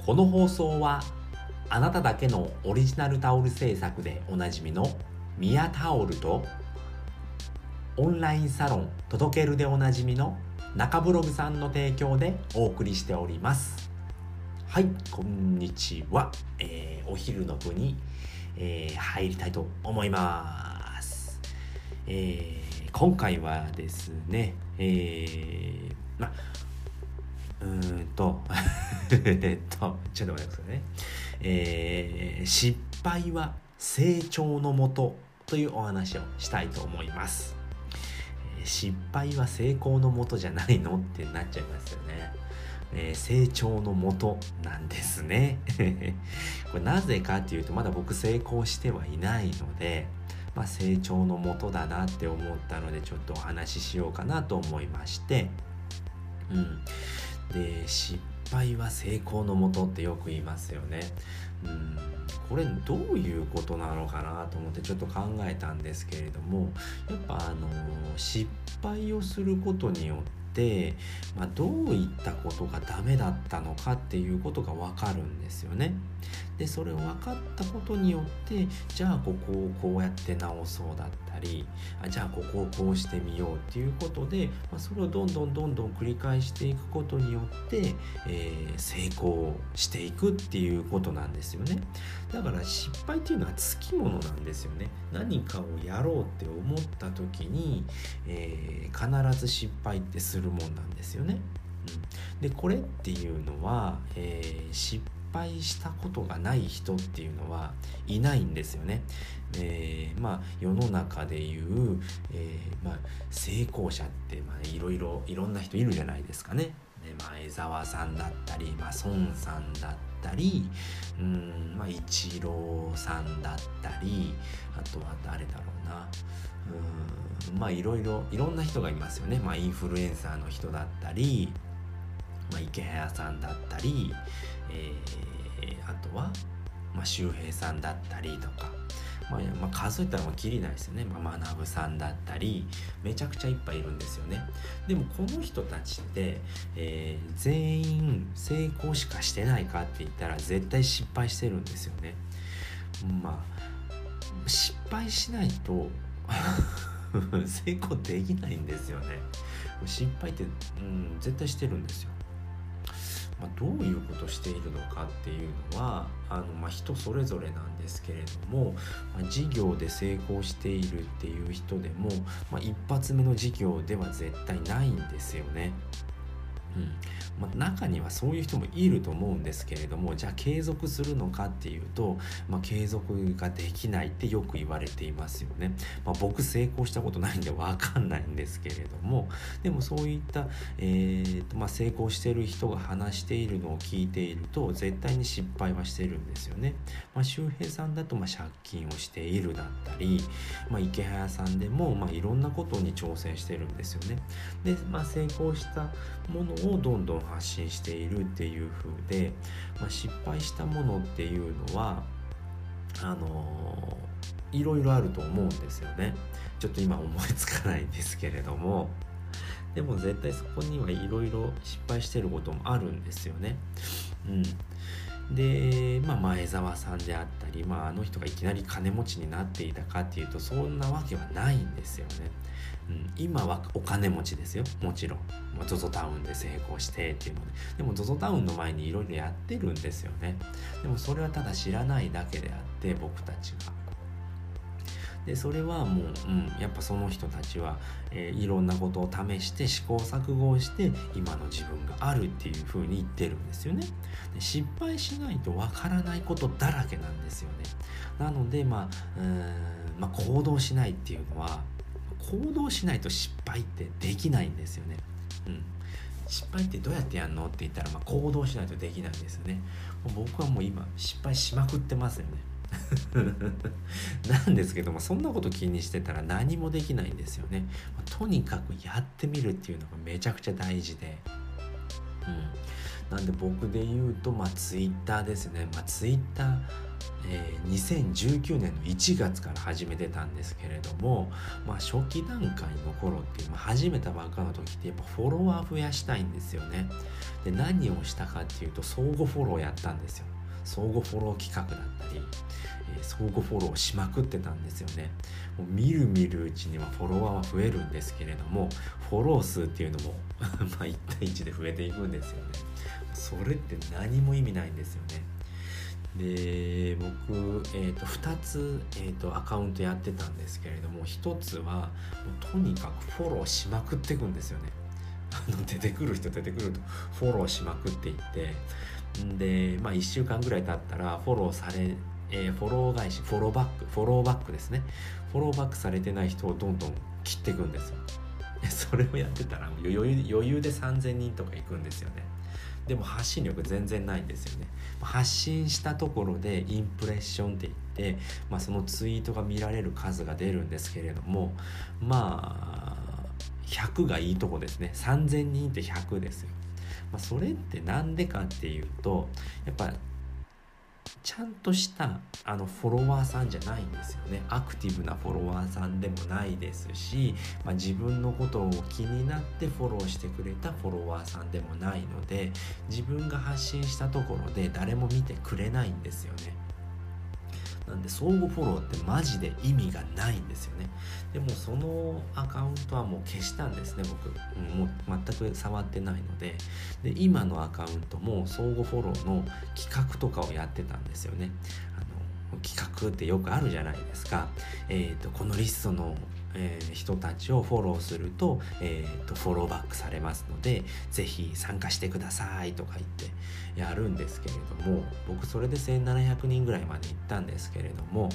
この放送はあなただけのオリジナルタオル制作でおなじみのミヤタオルとオンラインサロン届けるでおなじみの中ブログさんの提供でお送りしております。はい、こんにちは。お昼の部に、入りたいと思います。今回はですね、ちょっと待ってくださいね。失敗は成長のもとというお話をしたいと思います。失敗は成功のもとじゃないのってなっちゃいますよね。成長のもとなんですね。これなぜかっていうと、まだ僕成功してはいないので、成長のもとだなって思ったので、ちょっとお話ししようかなと思いまして、で、失敗は成功のもとってよく言いますよね。これどういうことなのかなと思ってちょっと考えたんですけれども、やっぱ失敗をすることによってどういったことがダメだったのかっていうことが分かるんですよね。でそれを分かったことによって、じゃあここをこうやって直そうだったり、じゃあここをこうしてみようっていうことで、それをどんどん繰り返していくことによって、成功していくっていうことなんですよね。だから失敗っていうのはつきものなんですよね。何かをやろうって思った時に、必ず失敗ってするもんなんですよね。でこれっていうのは、失敗したことがない人っていうのはいないんですよね。世の中でいう、成功者っていろんな人いるじゃないですかね。江沢さんだったり、孫さんだったり、イチローさんだったり、あとは誰だろうな、いろんな人がいますよね。インフルエンサーの人だったり、池早さんだったり、あとは、周平さんだったりとか、数えたらきりないですよね。学さんだったり、めちゃくちゃいっぱいいるんですよね。でもこの人たちって、全員成功しかしてないかって言ったら絶対失敗してるんですよね。失敗しないと成功できないんですよね。失敗って、絶対してるんですよ。どういうことをしているのかっていうのは人それぞれなんですけれども、事業で成功しているっていう人でも、一発目の事業では絶対ないんですよね。中にはそういう人もいると思うんですけれども、じゃあ継続するのかっていうと、継続ができないってよく言われていますよね。僕成功したことないんで分かんないんですけれども、でもそういった、成功してる人が話しているのを聞いていると絶対に失敗はしてるんですよね。周平さんだと借金をしているだったり、池早さんでもいろんなことに挑戦してるんですよね。で、成功したものをどんどん発信しているっていう風で、失敗したものっていうのはいろいろあると思うんですよね。ちょっと今思いつかないんですけれども、でも絶対そこにはいろいろ失敗してることもあるんですよね。で、前澤さんであったり、あの人がいきなり金持ちになっていたかっていうとそんなわけはないんですよね。今はお金持ちですよ、もちろん。ZOZO タウンで成功してっていうので、でも ZOZO タウンの前にいろいろやってるんですよね。でもそれはただ知らないだけであって、僕たちが。でそれはもう、やっぱその人たちは、いろんなことを試して試行錯誤をして今の自分があるっていう風に言ってるんですよね。で失敗しないとわからないことだらけなんですよね。なので行動しないっていうのは、行動しないと失敗ってできないんですよね。失敗ってどうやってやるのって言ったら、行動しないとできないんですよね。僕はもう今失敗しまくってますよね。なんですけども、そんなこと気にしてたら何もできないんですよね。とにかくやってみるっていうのがめちゃくちゃ大事で、なんで僕で言うとツイッターですね。ツイッター 2019年の1月から始めてたんですけれども、初期段階の頃っていう、始めたばっかの時ってやっぱフォロワー増やしたいんですよね。で、何をしたかっていうと相互フォローやったんですよ。相互フォロー企画だったり、相互フォローしまくってたんですよね。もう見るうちにはフォロワーは増えるんですけれども、フォロー数っていうのも1対1で増えていくんですよね。それって何も意味ないんですよね。で、僕、2つ、アカウントやってたんですけれども、1つはもうとにかくフォローしまくっていくんですよね。出てくるとフォローしまくっていってで、1週間ぐらい経ったらフォローされ、フォロー返しフォローバックですね。フォローバックされてない人をどんどん切っていくんですよ。それをやってたら余裕で3000人とかいくんですよね。でも発信力全然ないんですよね。発信したところでインプレッションって言って、そのツイートが見られる数が出るんですけれども、100がいいとこですね。3000人って100ですよ。それってなんでかっていうと、やっぱちゃんとしたフォロワーさんじゃないんですよね。アクティブなフォロワーさんでもないですし、自分のことを気になってフォローしてくれたフォロワーさんでもないので、自分が発信したところで誰も見てくれないんですよね。なんで相互フォローってマジで意味がないんですよね。でもそのアカウントはもう消したんですね、僕。もう全く触ってないので。で、今のアカウントも相互フォローの企画とかをやってたんですよね。企画ってよくあるじゃないですか。このリストの人たちをフォローすると、フォローバックされますので、ぜひ参加してくださいとか言ってやるんですけれども、僕それで1700人ぐらいまで行ったんですけれども、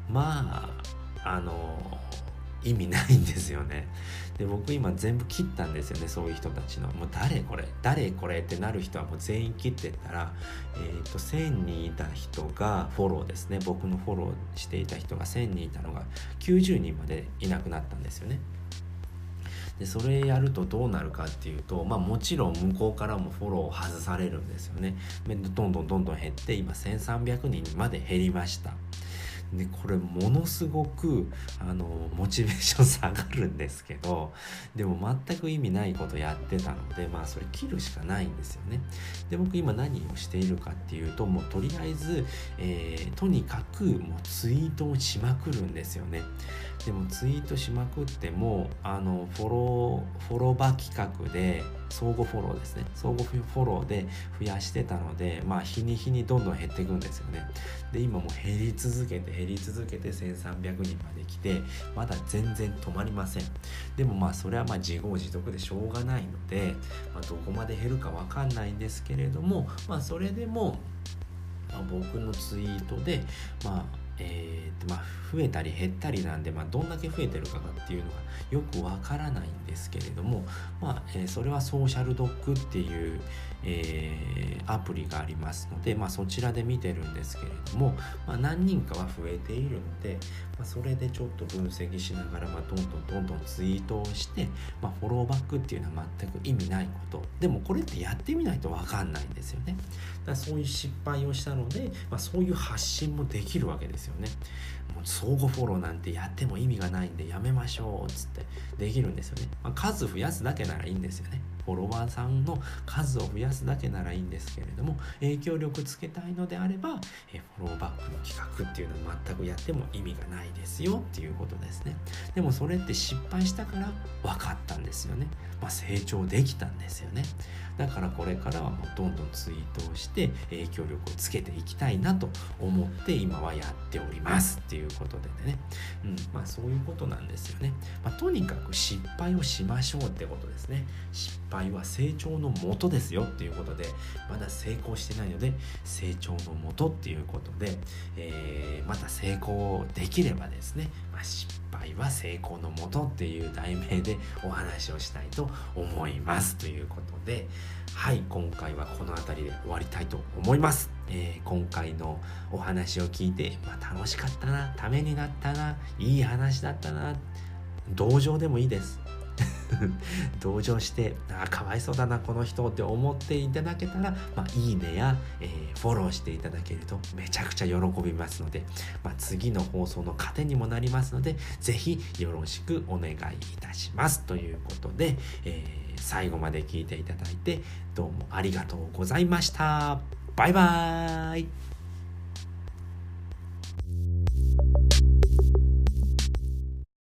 意味ないんですよね。で、僕今全部切ったんですよね。そういう人たちのもう誰これってなる人はもう全員切ってったら、1000人いた人がフォローですね。僕のフォローしていた人が1000人いたのが90人までいなくなったんですよね。で、それやるとどうなるかっていうと、もちろん向こうからもフォローを外されるんですよね。どんどん減って今1300人まで減りました。で、これものすごくモチベーション下がるんですけど、でも全く意味ないことやってたので、それ切るしかないんですよね。で、僕今何をしているかっていうと、もうとりあえず、とにかくもうツイートをしまくるんですよね。でもツイートしまくってもフォローバー企画で相互フォローですね。相互フォローで増やしてたので、日に日にどんどん減っていくんですよね。で、今も減り続けて1300人まで来て、まだ全然止まりません。でもそれは自業自得でしょうがないので、どこまで減るかわかんないんですけれども、それでも、僕のツイートで増えたり減ったりなんで、どんだけ増えてるかっていうのがよくわからないんですけれども、それはソーシャルドッグっていう、アプリがありますので、そちらで見てるんですけれども、何人かは増えているので、それでちょっと分析しながら、どんどんツイートをして、フォローバックっていうのは全く意味ないことでも、これってやってみないとわかんないんですよね。だからそういう失敗をしたので、そういう発信もできるわけですよね。もう相互フォローなんてやっても意味がないんでやめましょうっつってできるんですよね。数増やすだけならいいんですよね。フォロワーさんの数を増やすだけならいいんですけれども、影響力つけたいのであれば、フォローバックの企画っていうのは全くやっても意味がないですよっていうことですね。でもそれって失敗したから分かったんですよね。成長できたんですよね。だからこれからはもうどんどんツイートをして影響力をつけていきたいなと思って今はやっておりますっていうことでね、そういうことなんですよね。とにかく失敗をしましょうってことですね。失敗は成長のもとですよっていうことで、まだ成功してないので成長のもとっていうことで、また成功できればですね、失敗は成功のもとっていう題名でお話をしたいと思いますということで、今回はこの辺りで終わりたいと思います。今回のお話を聞いて、楽しかったな、ためになったな、いい話だったな、同情でもいいです同情してかわいそうだなこの人って思っていただけたら、いいねや、フォローしていただけるとめちゃくちゃ喜びますので、次の放送の糧にもなりますので、ぜひよろしくお願いいたしますということで、最後まで聞いていただいてどうもありがとうございました。バイバーイ。